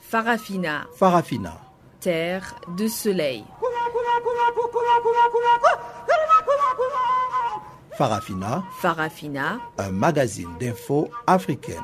Farafina. Farafina. Terre de soleil. Farafina. Farafina. Un magazine d'infos africaine.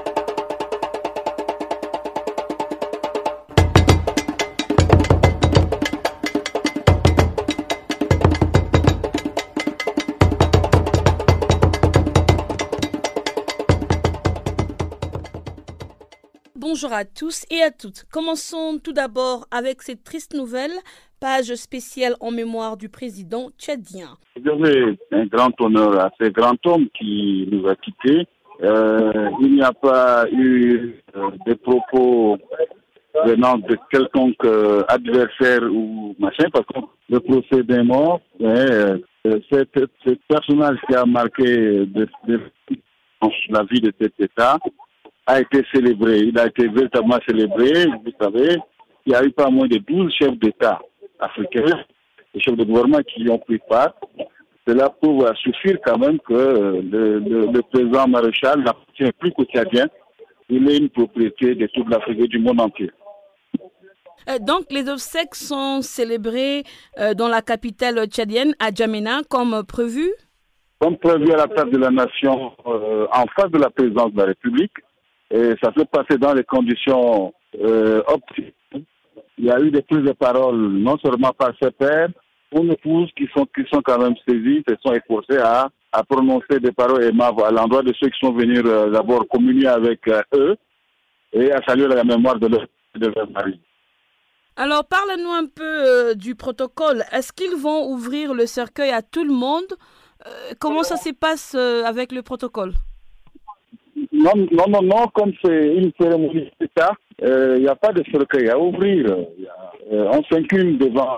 Bonjour à tous et à toutes. Commençons tout d'abord avec cette triste nouvelle, page spéciale en mémoire du président tchadien. J'avais un grand honneur à ce grand homme qui nous a quittés. Il n'y a pas eu de propos venant de quelconque adversaire ou machin, parce que le procès est mort. Ce personnage qui a marqué la vie de cet État a été célébré. Il a été véritablement célébré. Vous savez, il y a eu pas moins de 12 chefs d'État africains, les chefs de gouvernement qui ont pris part. Cela prouve suffire quand même que le président maréchal n'appartient plus qu'aux Tchadiens. Il est une propriété de toute l'Afrique et du monde entier. Donc, les obsèques sont célébrées dans la capitale tchadienne, à Djamena, comme prévu? Comme prévu à la place de la nation, en face de la présidence de la République. Et ça s'est passé dans les conditions optimales. Il y a eu des prises de parole, non seulement par ses pairs, ou épouses qui sont quand même saisies, se sont efforcés à prononcer des paroles aimables à l'endroit de ceux qui sont venus d'abord communier avec eux et à saluer la mémoire de leur mari. Alors, parle-nous un peu du protocole. Est-ce qu'ils vont ouvrir le cercueil à tout le monde? Comment ça se passe avec le protocole? Non, comme c'est une cérémonie d'État, il n'y a pas de cercueil à ouvrir. On s'incline devant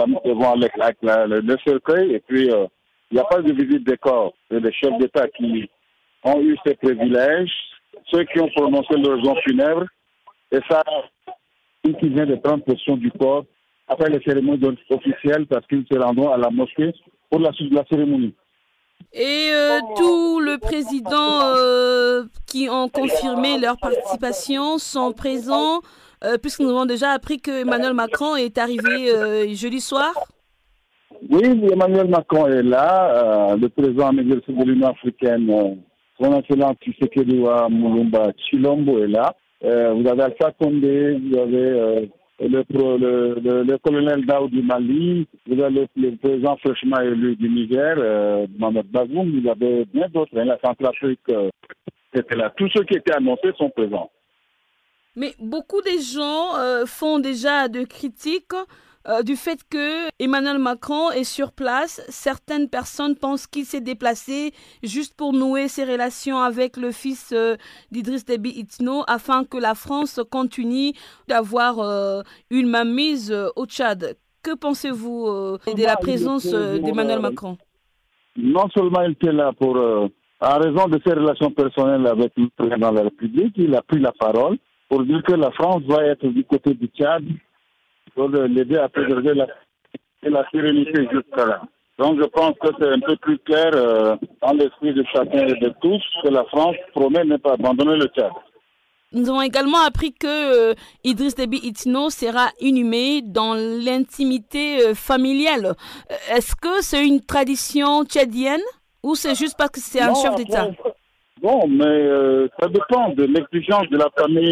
le cercueil et puis il n'y a pas de visite des corps. C'est les chefs d'État qui ont eu ces privilèges, ceux qui ont prononcé leurs noms funèbres, et ça, qui vient de prendre possession du corps après les cérémonies officielles parce qu'ils se rendront à la mosquée pour la suite de la cérémonie. Et tous les présidents qui ont confirmé leur participation sont présents, puisque nous avons déjà appris que Emmanuel Macron est arrivé jeudi soir. Oui, Emmanuel Macron est là, le président en exercice de l'Union africaine, son excellence Tshisekedi Moulumba Tshilombo est là. Vous avez Alpha Condé, vous avez le colonel Daoud du Mali, vous avez le président fraîchement élu du Niger, Mohamed Bazoum, vous avez bien d'autres, la Centrafrique était là. Tous ceux qui étaient annoncés sont présents. Mais beaucoup de gens font déjà de critiques du fait que Emmanuel Macron est sur place. Certaines personnes pensent qu'il s'est déplacé juste pour nouer ses relations avec le fils d'Idriss Déby Itno afin que la France continue d'avoir une mainmise au Tchad. Que pensez-vous de la présence d'Emmanuel Macron? Non seulement il était là pour, en raison de ses relations personnelles avec le président de la République, il a pris la parole pour dire que la France va être du côté du Tchad pour l'aider à préserver la sérénité jusqu'à là. Donc je pense que c'est un peu plus clair dans l'esprit de chacun et de tous que la France promet ne pas abandonner le Tchad. Nous avons également appris que Idriss Déby Itno sera inhumé dans l'intimité familiale. Est-ce que c'est une tradition tchadienne ou c'est juste parce que c'est un chef d'État? Bon, mais ça dépend de l'exigence de la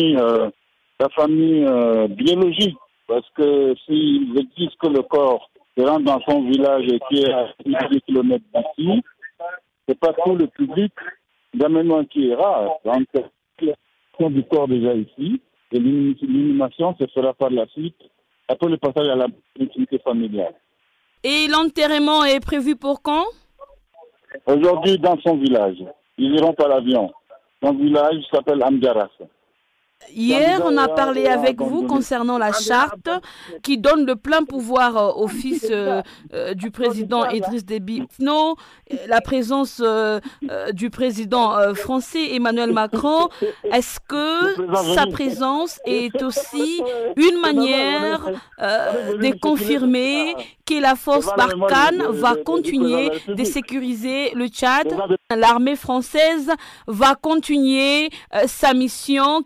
famille biologique. Parce que s'il existe que le corps se rend dans son village et qui est à 10 km d'ici, c'est pas tout le public d'amènement qui ira. Donc, la du corps déjà ici, et l'inhumation se fera par la suite, après le passage à la intimité familiale. Et l'enterrement est prévu pour quand? Aujourd'hui, dans son village. Ils iront par l'avion. Son village s'appelle Amdjaras. Hier, on a parlé avec vous concernant la charte qui donne le plein pouvoir au fils du président Idriss Déby Itno, la présence du président français Emmanuel Macron. Est-ce que sa présence est aussi une manière de confirmer que la force Barkhane va continuer de sécuriser le Tchad? L'armée française va continuer sa mission qui est de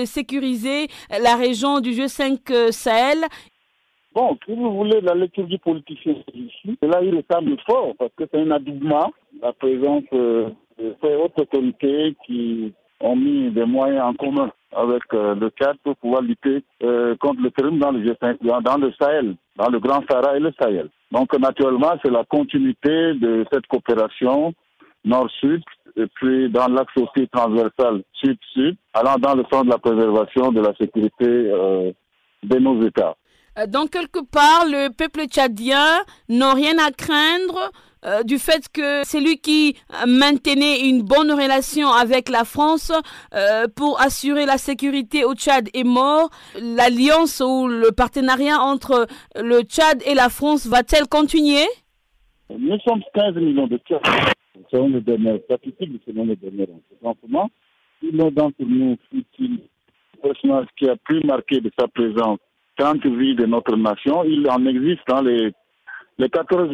sécuriser la région du G5 Sahel? Bon, si vous voulez, la lecture du politicien ici, là, il semble fort parce que c'est un adoubement, la présence de ces hautes autorités qui ont mis des moyens en commun avec le Tchad pour pouvoir lutter contre le terrorisme dans le G5, dans le Sahel, dans le Grand Sahara et le Sahel. Donc, naturellement, c'est la continuité de cette coopération nord-sud et puis dans l'axe aussi transversal sud-sud, allant dans le sens de la préservation de la sécurité de nos États. Donc, quelque part, le peuple tchadien n'a rien à craindre du fait que c'est lui qui maintenait une bonne relation avec la France pour assurer la sécurité au Tchad est mort. L'alliance ou le partenariat entre le Tchad et la France va-t-elle continuer? Nous sommes 15 millions de Tchadiens. Selon les dernières statistiques, selon les derniers renseignements, l'un d'entre nous fut-il le personnage qui a pu marquer de sa présence 30 vies de notre nation. Il en existe dans les 14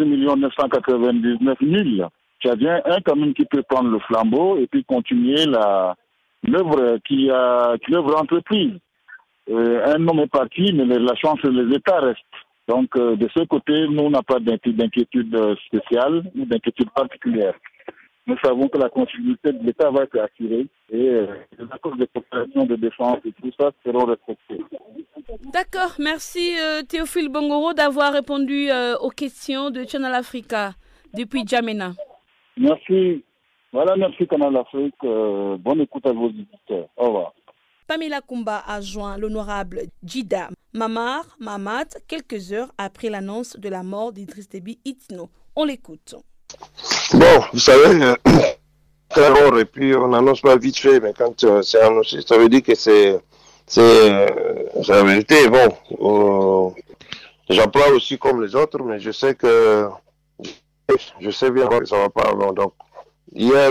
999 000 Tchadiens, un quand même qui peut prendre le flambeau et puis continuer l'œuvre l'œuvre entreprise. Un homme est parti, mais la chance les États restent. Donc, de ce côté, nous, on n'a pas d'inquiétude spéciale ou d'inquiétude particulière. Nous savons que la continuité de l'État va être assurée et les accords de coopération de défense et tout ça seront respectés. D'accord, merci Théophile Bongoro d'avoir répondu aux questions de Channel Africa depuis N'Djamena. Merci. Voilà, merci Canal Afrique. Bonne écoute à vos auditeurs. Au revoir. Pamela Kumba a joint l'honorable Djida Mamar Mahamat quelques heures après l'annonce de la mort d'Idriss Déby Itno. On l'écoute. Bon, vous savez, très rare et puis on annonce pas vite fait, mais quand c'est annoncé, ça veut dire que c'est la vérité. Bon, j'applaudis aussi comme les autres, mais je sais bien que ça va pas. Bon, donc, hier,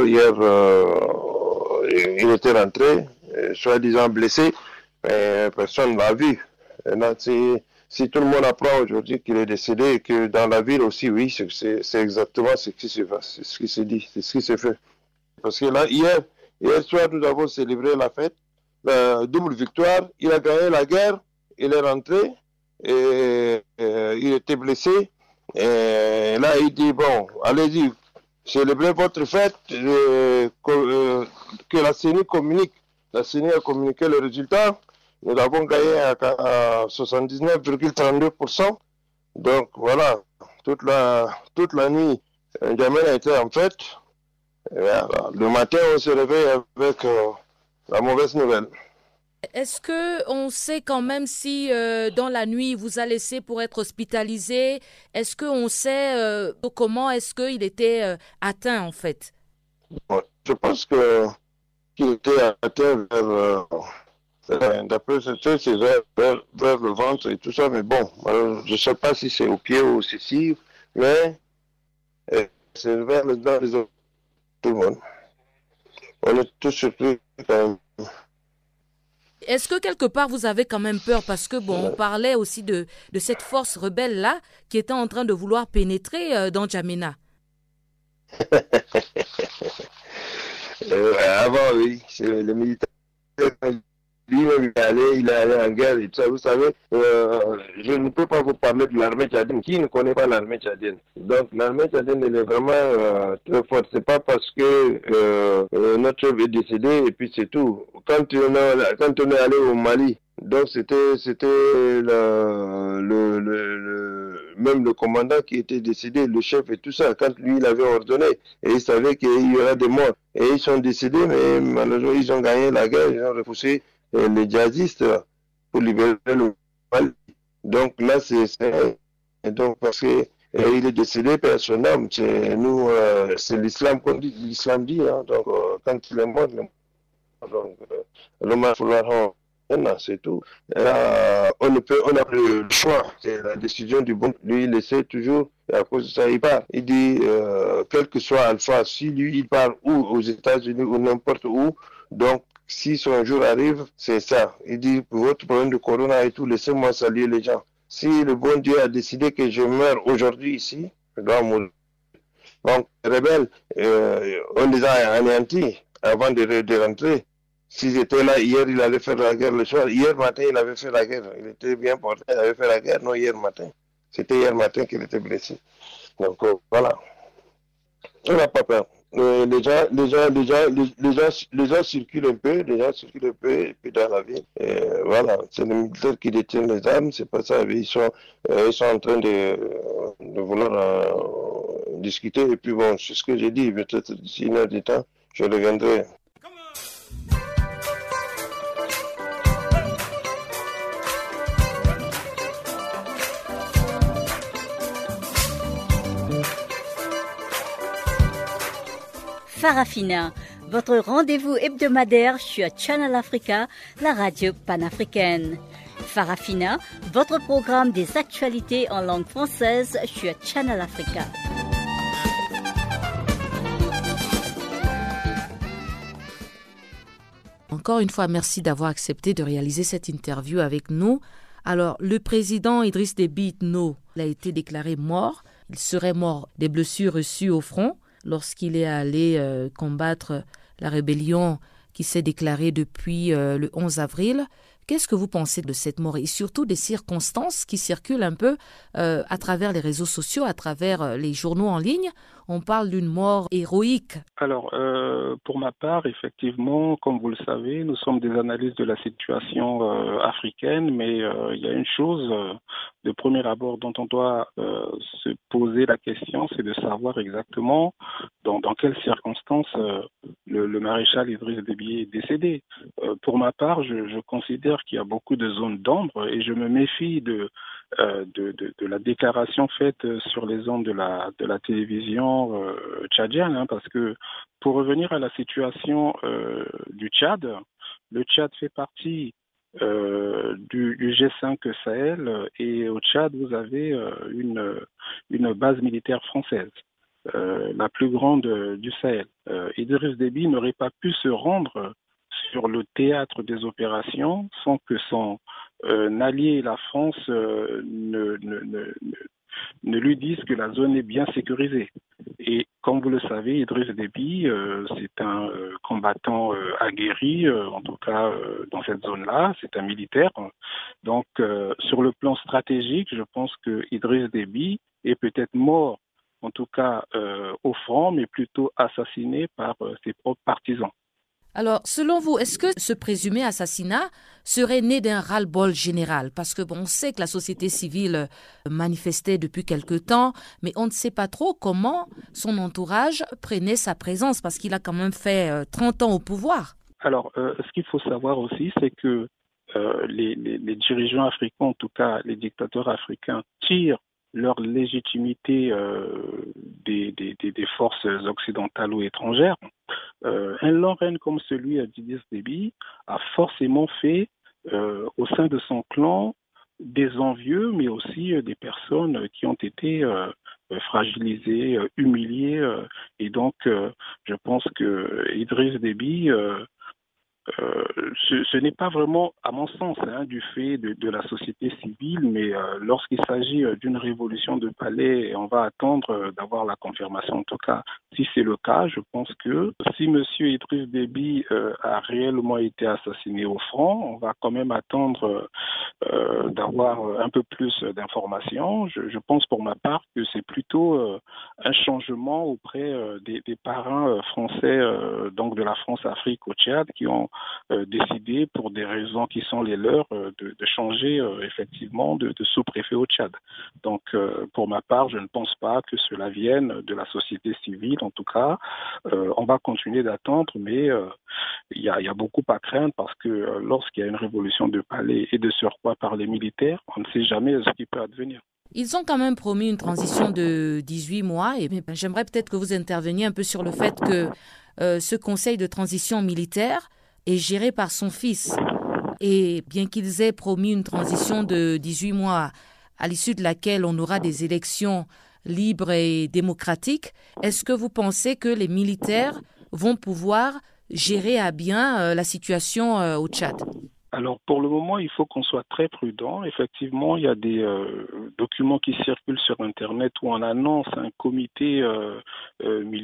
il était rentré, soi-disant blessé, mais personne ne l'a vu. Et là, si tout le monde apprend aujourd'hui qu'il est décédé et que dans la ville aussi, oui, c'est exactement ce qui s'est dit, c'est ce qui s'est fait. Parce que là, hier soir, nous avons célébré la fête, la double victoire. Il a gagné la guerre, il est rentré, et il était blessé. Et là, il dit, bon, allez-y, célébrez votre fête, que la CENI communique. La CENI a communiqué le résultat. Nous avons gagné à 79,32%. Donc voilà, toute la nuit, N'Djamena était en fête. Le matin, on se réveille avec la mauvaise nouvelle. Est-ce qu'on sait quand même si dans la nuit il vous a laissé pour être hospitalisé? Est-ce qu'on sait comment est-ce qu'il était atteint en fait? Je pense qu'il était atteint d'après ce truc, c'est vers le ventre et tout ça, mais bon, je ne sais pas si c'est au pied ou ceci, mais c'est vers les dents des autres, tout le monde. On est tous surpris quand même. Est-ce que quelque part vous avez quand même peur parce que bon, on parlait aussi de cette force rebelle là qui était en train de vouloir pénétrer dans N'Djamena. Avant oui, c'est le militaire. Lui-même, il est allé en guerre et tout ça. Vous savez, je ne peux pas vous parler de l'armée tchadienne. Qui ne connaît pas l'armée tchadienne? Donc, l'armée tchadienne, elle est vraiment très forte. C'est pas parce que notre chef est décédé et puis c'est tout. Quand on est allé au Mali, donc c'était même le commandant qui était décédé, le chef et tout ça, quand lui il avait ordonné et il savait qu'il y aura des morts. Et ils sont décédés, mais malheureusement ils ont gagné la guerre, ils ont repoussé les djihadistes pour libérer le Mali. Donc là et donc parce que il est décédé, personne n'aime. C'est l'islam qu'on dit, l'islam dit, hein, donc quand il est mort, donc l'homme va falloir c'est tout. On n'a plus le choix. C'est la décision du bon. Lui, il essaie toujours. Et à cause de ça, il part. Il dit, quel que soit Alpha, si lui, il part ou aux États-Unis ou n'importe où, donc, si son jour arrive, c'est ça. Il dit, votre problème de corona et tout, laissez-moi saluer les gens. Si le bon Dieu a décidé que je meurs aujourd'hui ici, je dois mourir. Donc, les rebelles, on les a anéantis avant de rentrer. S'ils étaient là hier, il allait faire la guerre le soir. Hier matin, il avait fait la guerre. Il était bien porté, il avait fait la guerre. Non, hier matin. C'était hier matin qu'il était blessé. Donc voilà. On n'a pas peur. Les gens circulent un peu, et puis dans la ville. Et voilà, c'est les militaires qui détiennent les armes, c'est pas ça. Ils sont en train de vouloir discuter. Et puis bon, c'est ce que j'ai dit. Peut-être d'ici 1 heure de temps, je reviendrai. Farafina, votre rendez-vous hebdomadaire sur Channel Africa, la radio panafricaine. Farafina, votre programme des actualités en langue française sur Channel Africa. Encore une fois, merci d'avoir accepté de réaliser cette interview avec nous. Alors, le président Idriss Déby Itno a été déclaré mort. Il serait mort des blessures reçues au front lorsqu'il est allé combattre la rébellion qui s'est déclarée depuis le 11 avril. Qu'est-ce que vous pensez de cette mort et surtout des circonstances qui circulent un peu à travers les réseaux sociaux, à travers les journaux en ligne? On parle d'une mort héroïque. Alors, pour ma part, effectivement, comme vous le savez, nous sommes des analystes de la situation africaine, mais il y a une chose de premier abord dont on doit se poser la question, c'est de savoir exactement dans quelles circonstances le maréchal Idriss Déby est décédé. Pour ma part, je considère qu'il y a beaucoup de zones d'ombre et je me méfie de la déclaration faite sur les ondes de la télévision tchadienne, parce que pour revenir à la situation du Tchad, le Tchad fait partie du G5 Sahel et au Tchad vous avez une base militaire française, la plus grande du Sahel. Idriss Déby n'aurait pas pu se rendre sur le théâtre des opérations sans que son allié, la France, ne lui dise que la zone est bien sécurisée. Et comme vous le savez, Idriss Déby, c'est un combattant aguerri, en tout cas dans cette zone-là, c'est un militaire. Donc, sur le plan stratégique, je pense que Idriss Déby est peut-être mort, en tout cas au front, mais plutôt assassiné par ses propres partisans. Alors, selon vous, est-ce que ce présumé assassinat serait né d'un ras-le-bol général? Parce que on sait que la société civile manifestait depuis quelque temps, mais on ne sait pas trop comment son entourage prenait sa présence, parce qu'il a quand même fait 30 ans au pouvoir. Alors, ce qu'il faut savoir aussi, c'est que les dirigeants africains, en tout cas les dictateurs africains, tirent leur légitimité des forces occidentales ou étrangères. Un lent règne comme celui d'Idriss Déby a forcément fait au sein de son clan des envieux, mais aussi des personnes qui ont été fragilisées, humiliées. Et donc, je pense que Idriss Déby ce n'est pas vraiment, à mon sens, du fait de la société civile, mais lorsqu'il s'agit d'une révolution de palais, on va attendre d'avoir la confirmation. En tout cas, si c'est le cas, je pense que si M. Idriss Déby a réellement été assassiné au front, on va quand même attendre d'avoir un peu plus d'informations. Je pense pour ma part que c'est plutôt un changement auprès des parrains français, donc de la France-Afrique au Tchad, qui ont décidé, pour des raisons qui sont les leurs, de changer effectivement de sous-préfet au Tchad. Donc, pour ma part, je ne pense pas que cela vienne de la société civile. En tout cas, on va continuer d'attendre, mais il y a beaucoup à craindre parce que lorsqu'il y a une révolution de palais et de surcroît par les militaires, on ne sait jamais ce qui peut advenir. Ils ont quand même promis une transition de 18 mois et j'aimerais peut-être que vous interveniez un peu sur le fait que ce conseil de transition militaire est géré par son fils. Et bien qu'ils aient promis une transition de 18 mois à l'issue de laquelle on aura des élections libres et démocratiques, est-ce que vous pensez que les militaires vont pouvoir gérer à bien la situation au Tchad? Alors, pour le moment, il faut qu'on soit très prudent. Effectivement, il y a des documents qui circulent sur Internet où on annonce un comité militaire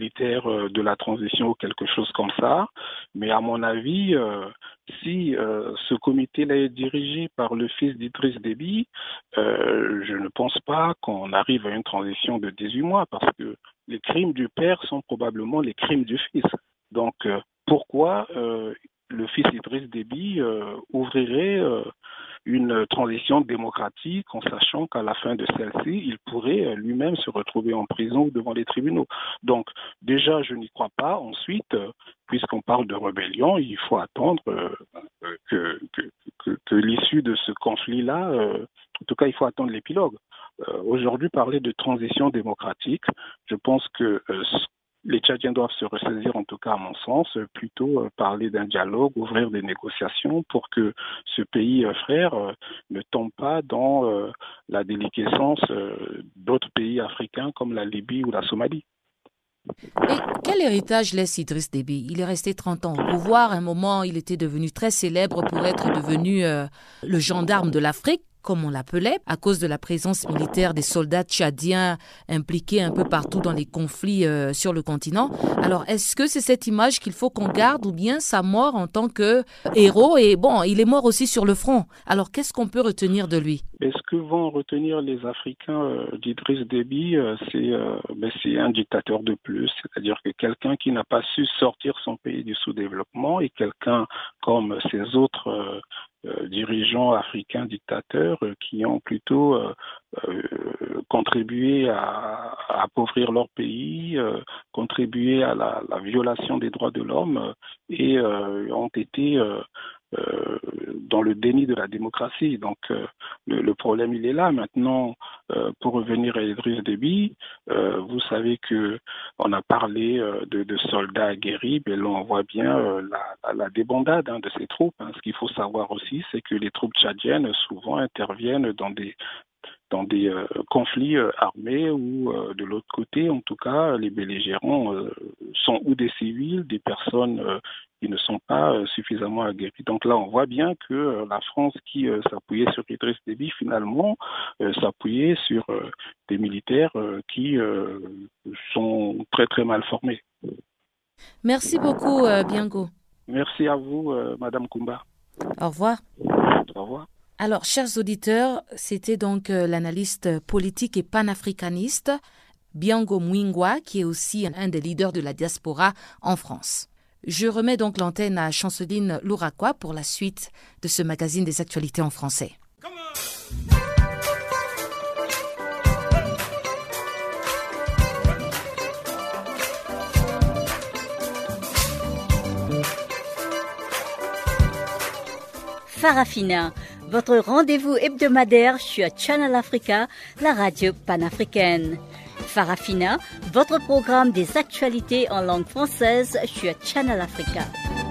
militaire de la transition ou quelque chose comme ça. Mais à mon avis, si ce comité-là est dirigé par le fils d'Idriss Déby, je ne pense pas qu'on arrive à une transition de 18 mois parce que les crimes du père sont probablement les crimes du fils. Donc, pourquoi le fils Idriss Déby ouvrirait une transition démocratique en sachant qu'à la fin de celle-ci, il pourrait lui-même se retrouver en prison ou devant les tribunaux. Donc, déjà, je n'y crois pas. Ensuite, puisqu'on parle de rébellion, il faut attendre que l'issue de ce conflit-là, en tout cas, il faut attendre l'épilogue. Aujourd'hui, parler de transition démocratique, je pense que les Tchadiens doivent se ressaisir, en tout cas à mon sens, plutôt parler d'un dialogue, ouvrir des négociations pour que ce pays frère ne tombe pas dans la déliquescence d'autres pays africains comme la Libye ou la Somalie. Et quel héritage laisse Idriss Déby? Il est resté 30 ans au pouvoir. À un moment, il était devenu très célèbre pour être devenu le gendarme de l'Afrique, comme on l'appelait, à cause de la présence militaire des soldats tchadiens impliqués un peu partout dans les conflits sur le continent. Alors, est-ce que c'est cette image qu'il faut qu'on garde ou bien sa mort en tant que héros? Et bon, il est mort aussi sur le front. Alors, qu'est-ce qu'on peut retenir de lui? Et ce que vont retenir les Africains d'Idriss Déby, c'est un dictateur de plus, c'est-à-dire que quelqu'un qui n'a pas su sortir son pays du sous-développement et quelqu'un comme ces autres dirigeants africains dictateurs qui ont plutôt contribué à appauvrir leur pays, contribué à la violation des droits de l'homme et ont été dans le déni de la démocratie. Donc le problème il est là. Maintenant, pour revenir à Idriss Déby, vous savez que on a parlé de soldats aguerris, mais là on voit bien la débandade de ces troupes. Ce qu'il faut savoir aussi, c'est que les troupes tchadiennes souvent interviennent dans des conflits armés où, de l'autre côté, en tout cas, les belligérants sont ou des civils, des personnes qui ne sont pas suffisamment aguerris. Donc là, on voit bien que la France qui s'appuyait sur Idriss Déby, finalement, s'appuyait sur des militaires qui sont très très mal formés. Merci beaucoup, Biango. Merci à vous, Madame Koumba. Au revoir. Au revoir. Alors, chers auditeurs, c'était donc l'analyste politique et panafricaniste Biango Mouingwa, qui est aussi un des leaders de la diaspora en France. Je remets donc l'antenne à Chanceline Louraquois pour la suite de ce magazine des actualités en français. Farafina, votre rendez-vous hebdomadaire sur Channel Africa, la radio panafricaine. Farafina, votre programme des actualités en langue française sur Channel Africa.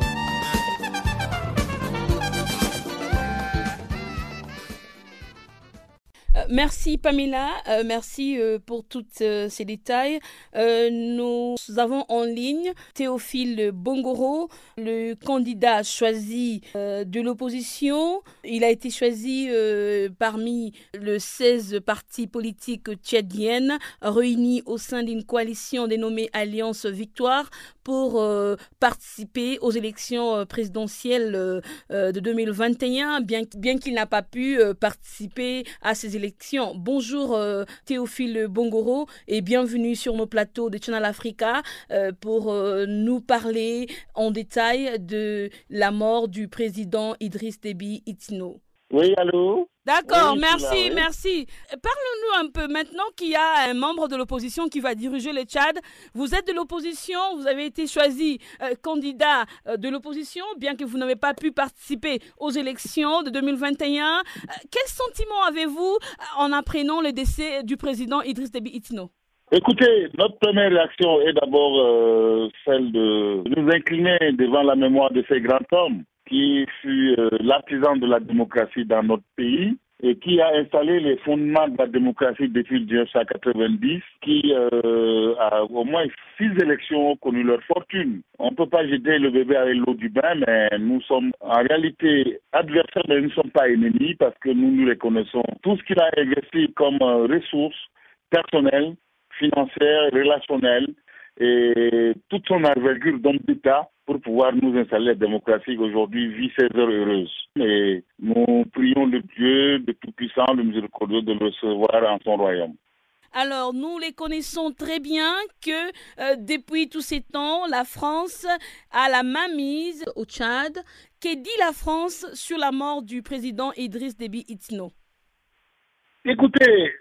Merci Pamela, merci pour tous ces détails. Nous avons en ligne Théophile Bongoro, le candidat choisi de l'opposition. Il a été choisi parmi les 16 partis politiques tchadiennes réunis au sein d'une coalition dénommée Alliance Victoire pour participer aux élections présidentielles de 2021, bien qu'il n'a pas pu participer à ces élections. Bonjour Théophile Bongoro et bienvenue sur nos plateaux de Channel Africa pour nous parler en détail de la mort du président Idriss Déby Itno. Oui, allô? D'accord, oui, merci, là, oui. merci. Parle-nous un peu maintenant qu'il y a un membre de l'opposition qui va diriger le Tchad. Vous êtes de l'opposition, vous avez été choisi candidat de l'opposition, bien que vous n'avez pas pu participer aux élections de 2021. Quel sentiment avez-vous en apprenant le décès du président Idriss Déby Itno? Écoutez, notre première réaction est d'abord celle de nous incliner devant la mémoire de ces grands hommes qui fut l'artisan de la démocratie dans notre pays et qui a installé les fondements de la démocratie depuis 1990, qui a au moins 6 élections connu leur fortune. On ne peut pas jeter le bébé avec l'eau du bain, mais nous sommes en réalité adversaires, mais nous ne sommes pas ennemis parce que nous reconnaissons tout ce qu'il a investi comme ressources personnelles, financières, relationnelles et toute son envergure d'homme d'État pour pouvoir nous installer la démocratie aujourd'hui vit ses heures heureuses. Et nous prions le Dieu de Tout-Puissant, le Miséricordieux, de le recevoir en son royaume. Alors, nous les connaissons très bien que depuis tous ces temps, la France a la main mise au Tchad. Que dit la France sur la mort du président Idriss Déby Itno? Écoutez,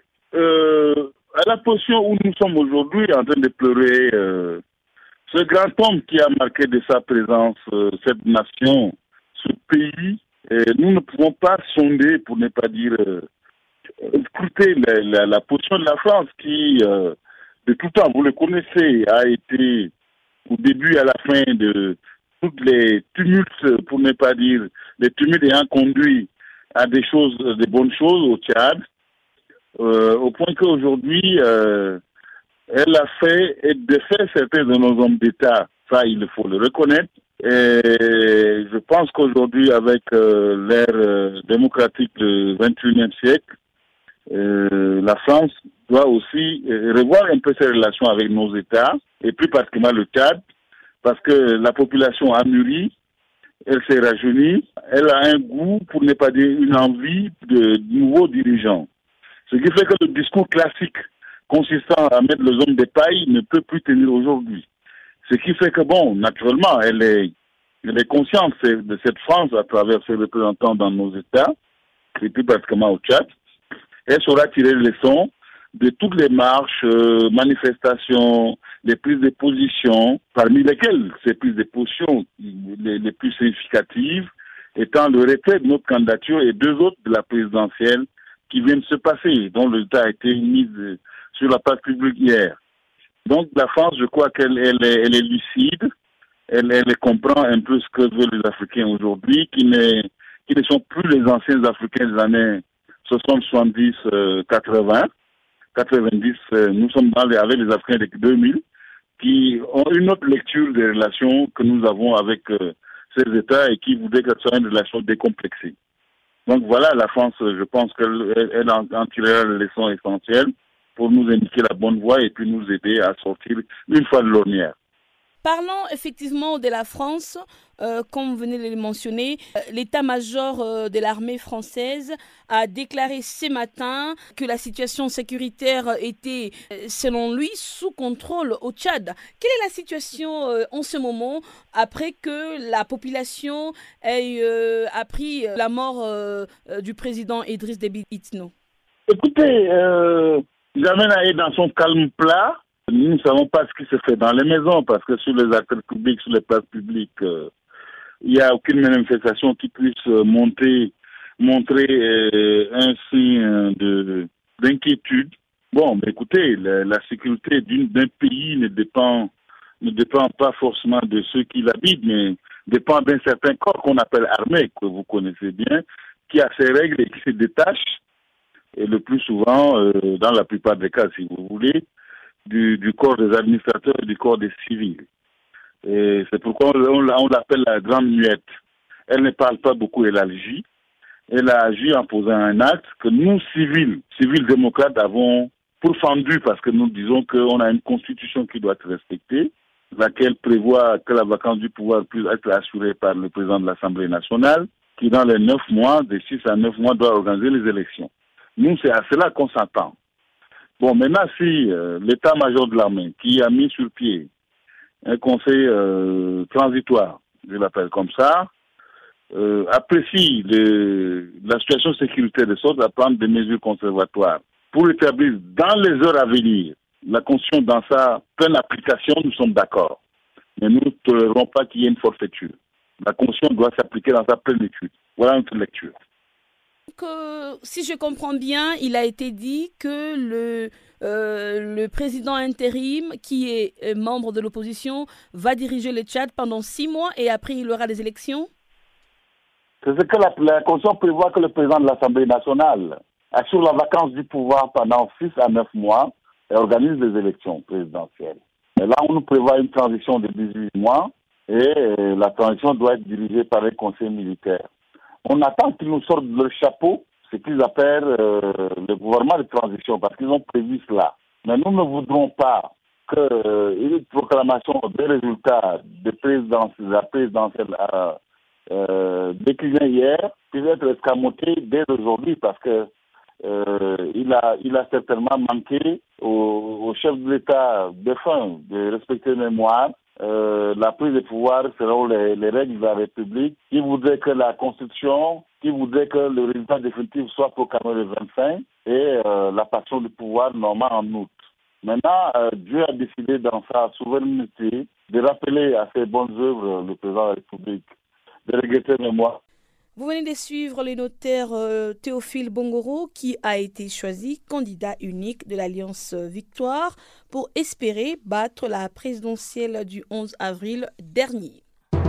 à la position où nous sommes aujourd'hui, en train de pleurer ce grand homme qui a marqué de sa présence cette nation, ce pays, nous ne pouvons pas sonder, pour ne pas dire scruter la position de la France qui, de tout temps, vous le connaissez, a été au début et à la fin de toutes les tumultes, pour ne pas dire les tumultes ayant conduit à des bonnes choses au Tchad, au point qu'aujourd'hui, elle a fait et défait certains de nos hommes d'État. Ça, il faut le reconnaître. Et je pense qu'aujourd'hui, avec l'ère démocratique du XXIe siècle, la France doit aussi revoir un peu ses relations avec nos États, et plus particulièrement le Tchad, parce que la population a mûri, elle s'est rajeunie, elle a un goût, pour ne pas dire une envie de nouveaux dirigeants. Ce qui fait que le discours classique consistant à mettre les hommes de paille ne peut plus tenir aujourd'hui. Ce qui fait que, bon, naturellement, elle est consciente de cette France à travers ses représentants dans nos États, et plus particulièrement au Tchad. Elle saura tirer les leçons de toutes les marches, manifestations, les prises de position, parmi lesquelles ces prises de position les plus significatives étant le retrait de notre candidature et deux autres de la présidentielle qui viennent de se passer, dont le résultat a été mis sur la place publique hier. Donc la France, je crois qu'elle est lucide, elle comprend un peu ce que veulent les Africains aujourd'hui, qui ne sont plus les anciens Africains des années 60, 70, 80. 90, nous sommes avec les Africains de 2000, qui ont une autre lecture des relations que nous avons avec ces États et qui voudraient que ce soit une relation décomplexée. Donc voilà, la France, je pense qu'elle en tirera les leçons essentielles pour nous indiquer la bonne voie et puis nous aider à sortir une fois de l'ornière. Parlons effectivement de la France, comme vous venez de le mentionner. L'état-major de l'armée française a déclaré ce matin que la situation sécuritaire était, selon lui, sous contrôle au Tchad. Quelle est la situation en ce moment après que la population ait appris la mort du président Idriss Déby Itno? Écoutez, Jamena est dans son calme plat. Nous ne savons pas ce qui se fait dans les maisons parce que sur les acteurs publics, sur les places publiques, il n'y a aucune manifestation qui puisse montrer un signe d'inquiétude. Bon, mais écoutez, la sécurité d'un pays ne dépend pas forcément de ceux qui l'habitent, mais dépend d'un certain corps qu'on appelle armée, que vous connaissez bien, qui a ses règles et qui se détache, et le plus souvent, dans la plupart des cas, si vous voulez, du corps des administrateurs et du corps des civils. Et c'est pourquoi on l'appelle la grande muette. Elle ne parle pas beaucoup, elle agit. Elle a agi en posant un acte que nous, civils démocrates, avons pourfendu parce que nous disons qu'on a une constitution qui doit être respectée, laquelle prévoit que la vacance du pouvoir puisse être assurée par le président de l'Assemblée nationale, qui dans les 9 mois, de 6 à 9 mois, doit organiser les élections. Nous, c'est à cela qu'on s'attend. Bon, maintenant, si l'état-major de l'armée, qui a mis sur pied un conseil transitoire, je l'appelle comme ça, apprécie la situation sécuritaire de sorte à prendre des mesures conservatoires pour établir dans les heures à venir la Constitution dans sa pleine application, nous sommes d'accord. Mais nous ne tolérerons pas qu'il y ait une forfaiture. La Constitution doit s'appliquer dans sa plénitude. Voilà notre lecture. Si je comprends bien, il a été dit que le président intérim, qui est membre de l'opposition, va diriger le Tchad pendant 6 mois et après il y aura des élections? C'est ce que la Constitution prévoit, que le président de l'Assemblée nationale assure la vacance du pouvoir pendant 6 à 9 mois et organise les élections présidentielles. Et là, on nous prévoit une transition de 18 mois et la transition doit être dirigée par un conseil militaire. On attend qu'ils nous sortent de leur chapeau ce qu'ils appellent le gouvernement de transition, parce qu'ils ont prévu cela. Mais nous ne voudrons pas qu'une proclamation des résultats de la présidentielle déclinée hier puisse être escamotée dès aujourd'hui parce que il a certainement manqué au chef de l'État défunt de respecter le mémoire. La prise de pouvoir selon les règles de la République, qui voudrait que la Constitution, qui voudrait que le résultat définitif soit proclamé le 25 et la passation du pouvoir normal en août. Maintenant, Dieu a décidé dans sa souveraineté de rappeler à ses bonnes œuvres le président de la République, de regretter le mémoire. Vous venez de suivre le notaire Théophile Bongoro qui a été choisi candidat unique de l'Alliance Victoire pour espérer battre la présidentielle du 11 avril dernier.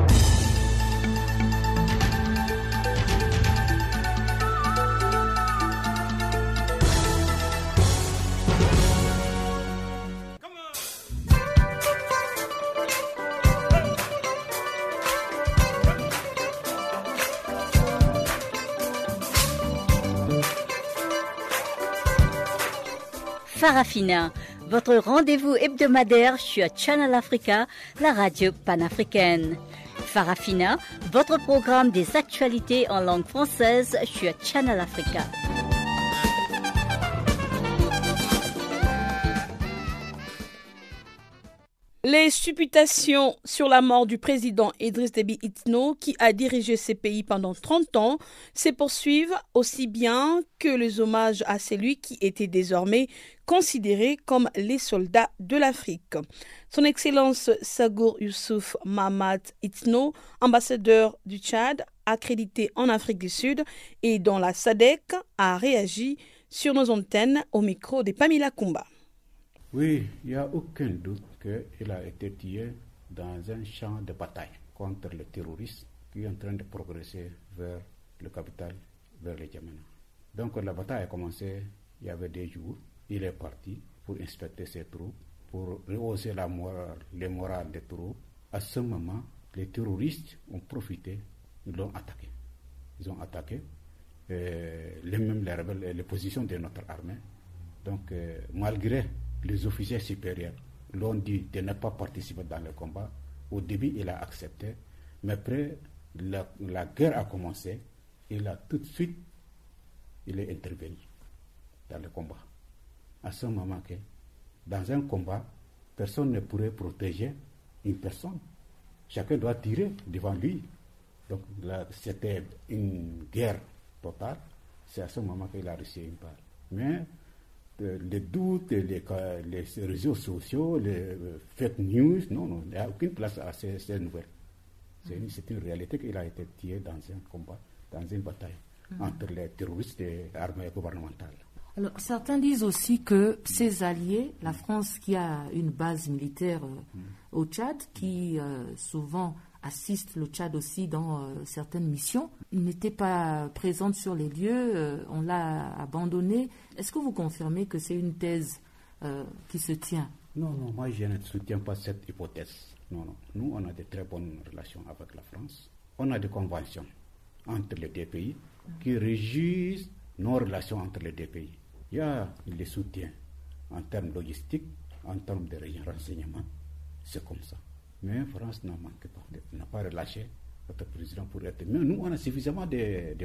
Farafina, votre rendez-vous hebdomadaire sur Channel Africa, la radio panafricaine. Farafina, votre programme des actualités en langue française sur Channel Africa. Les supputations sur la mort du président Idriss Déby Itno, qui a dirigé ce pays pendant 30 ans, se poursuivent aussi bien que les hommages à celui qui était désormais considéré comme les soldats de l'Afrique. Son Excellence Sagour Youssouf Mahamat Itno, ambassadeur du Tchad, accrédité en Afrique du Sud et dans la SADC, a réagi sur nos antennes au micro de Pamela Kumba. Oui, il n'y a aucun doute qu'il a été tué dans un champ de bataille contre le terrorisme qui est en train de progresser vers le capital, vers le Djamena. Donc la bataille a commencé il y avait des jours. Il est parti pour inspecter ses troupes, pour rehausser les morales des troupes. À ce moment, les terroristes ont profité, ils l'ont attaqué. Ils ont attaqué les rebelles et les positions de notre armée. Donc malgré les officiers supérieurs l'ont dit de ne pas participer dans le combat. Au début, il a accepté, mais après, la guerre a commencé, il a tout de suite, il est intervenu dans le combat. À ce moment que, dans un combat, personne ne pourrait protéger une personne. Chacun doit tirer devant lui. Donc là, c'était une guerre totale. C'est à ce moment qu'il a reçu une balle. Mais les doutes, les réseaux sociaux, les fake news, non, il n'y a aucune place à ces nouvelles. C'est une réalité qu'il a été tué dans un combat, dans une bataille entre les terroristes et l'armée gouvernementale. Alors, certains disent aussi que ses alliés, la France qui a une base militaire au Tchad, qui souvent assiste le Tchad aussi dans certaines missions, n'était pas présente sur les lieux, on l'a abandonné. Est-ce que vous confirmez que c'est une thèse qui se tient? Non, moi je ne soutiens pas cette hypothèse. Non. Nous, on a de très bonnes relations avec la France. On a des conventions entre les deux pays qui régissent nos relations entre les deux pays. Il y a les soutiens en termes logistiques, en termes de renseignement. C'est comme ça. Mais la France n'a pas relâché notre président pour être. Mais nous, on a suffisamment de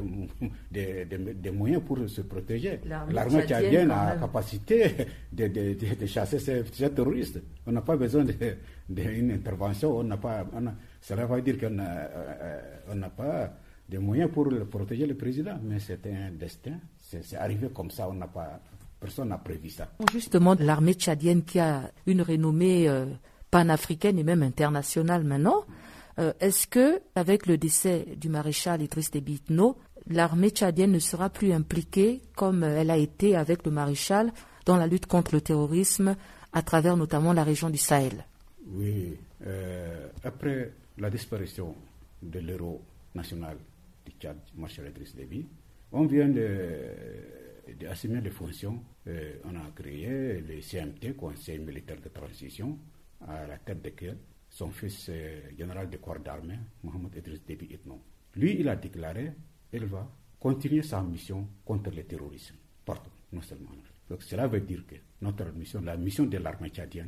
moyens pour se protéger. L'armée tchadienne a la capacité de chasser ces terroristes. On n'a pas besoin d'une intervention. Cela veut dire qu'on n'a pas de moyens pour protéger le président. Mais c'était un destin. C'est arrivé comme ça. Personne n'a prévu ça. Justement, l'armée tchadienne qui a une renommée panafricaine et même internationale maintenant, est-ce que, avec le décès du maréchal Idriss Déby Itno, l'armée tchadienne ne sera plus impliquée comme elle a été avec le maréchal dans la lutte contre le terrorisme à travers notamment la région du Sahel? Oui, après la disparition de l'héros national du Tchad, maréchal Idriss Déby, on vient d'assumer les fonctions. On a créé le CMT, Conseil militaire de transition, à la tête desquels son fils général de corps d'armée, Mohamed Idriss Déby Itno. Lui, il a déclaré qu'il va continuer sa mission contre le terrorisme, partout, non seulement en Afrique. Donc cela veut dire que notre mission, la mission de l'armée tchadienne,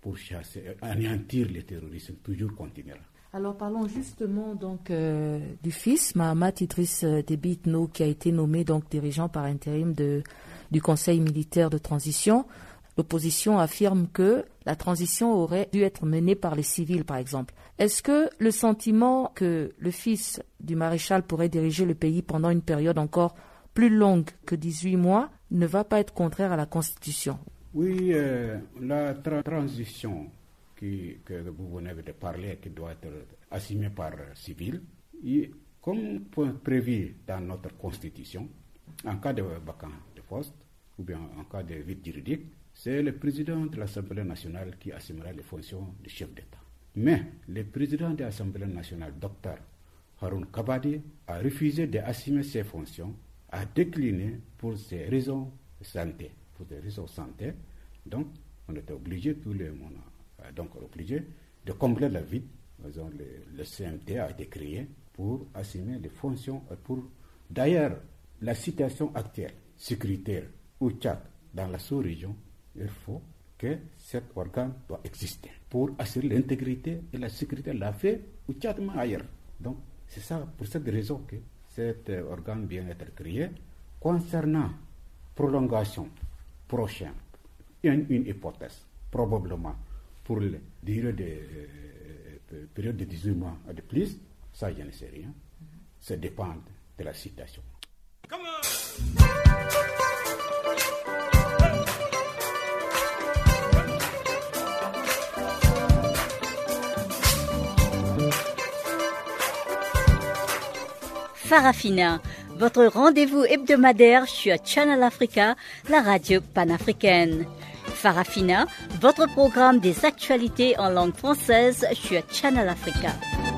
pour chasser, anéantir les terroristes toujours continuera. Alors parlons justement donc du fils Mahamat Idriss Déby Itno, qui a été nommé donc dirigeant par intérim du Conseil militaire de transition. L'opposition affirme que la transition aurait dû être menée par les civils, par exemple. Est-ce que le sentiment que le fils du maréchal pourrait diriger le pays pendant une période encore plus longue que 18 mois ne va pas être contraire à la Constitution? Oui, la transition que vous venez de parler, qui doit être assumée par civil, comme prévu dans notre Constitution, en cas de vacance de poste ou bien en cas de vide juridique, c'est le président de l'Assemblée nationale qui assumera les fonctions de chef d'État. Mais le président de l'Assemblée nationale, Dr Haroun Kabadi, a refusé d'assumer ses fonctions, a décliné pour ses raisons de santé. Donc, on était obligé, tout le monde obligé de combler la vide. Le CMT a été créé pour assumer les fonctions. D'ailleurs, la situation actuelle, sécuritaire au Tchad, dans la sous-région, il faut que cet organe doit exister pour assurer l'intégrité et la sécurité de la paix au Tchad, mais ailleurs. Donc, c'est ça, pour cette raison que cet organe vient d'être créé. Concernant prolongation prochaine, une hypothèse, probablement pour la durée de période de 18 mois et de plus, ça je ne sais rien. Ça dépend de la situation. Farafina, votre rendez-vous hebdomadaire sur Channel Africa, la radio panafricaine. Farafina, votre programme des actualités en langue française sur Channel Africa.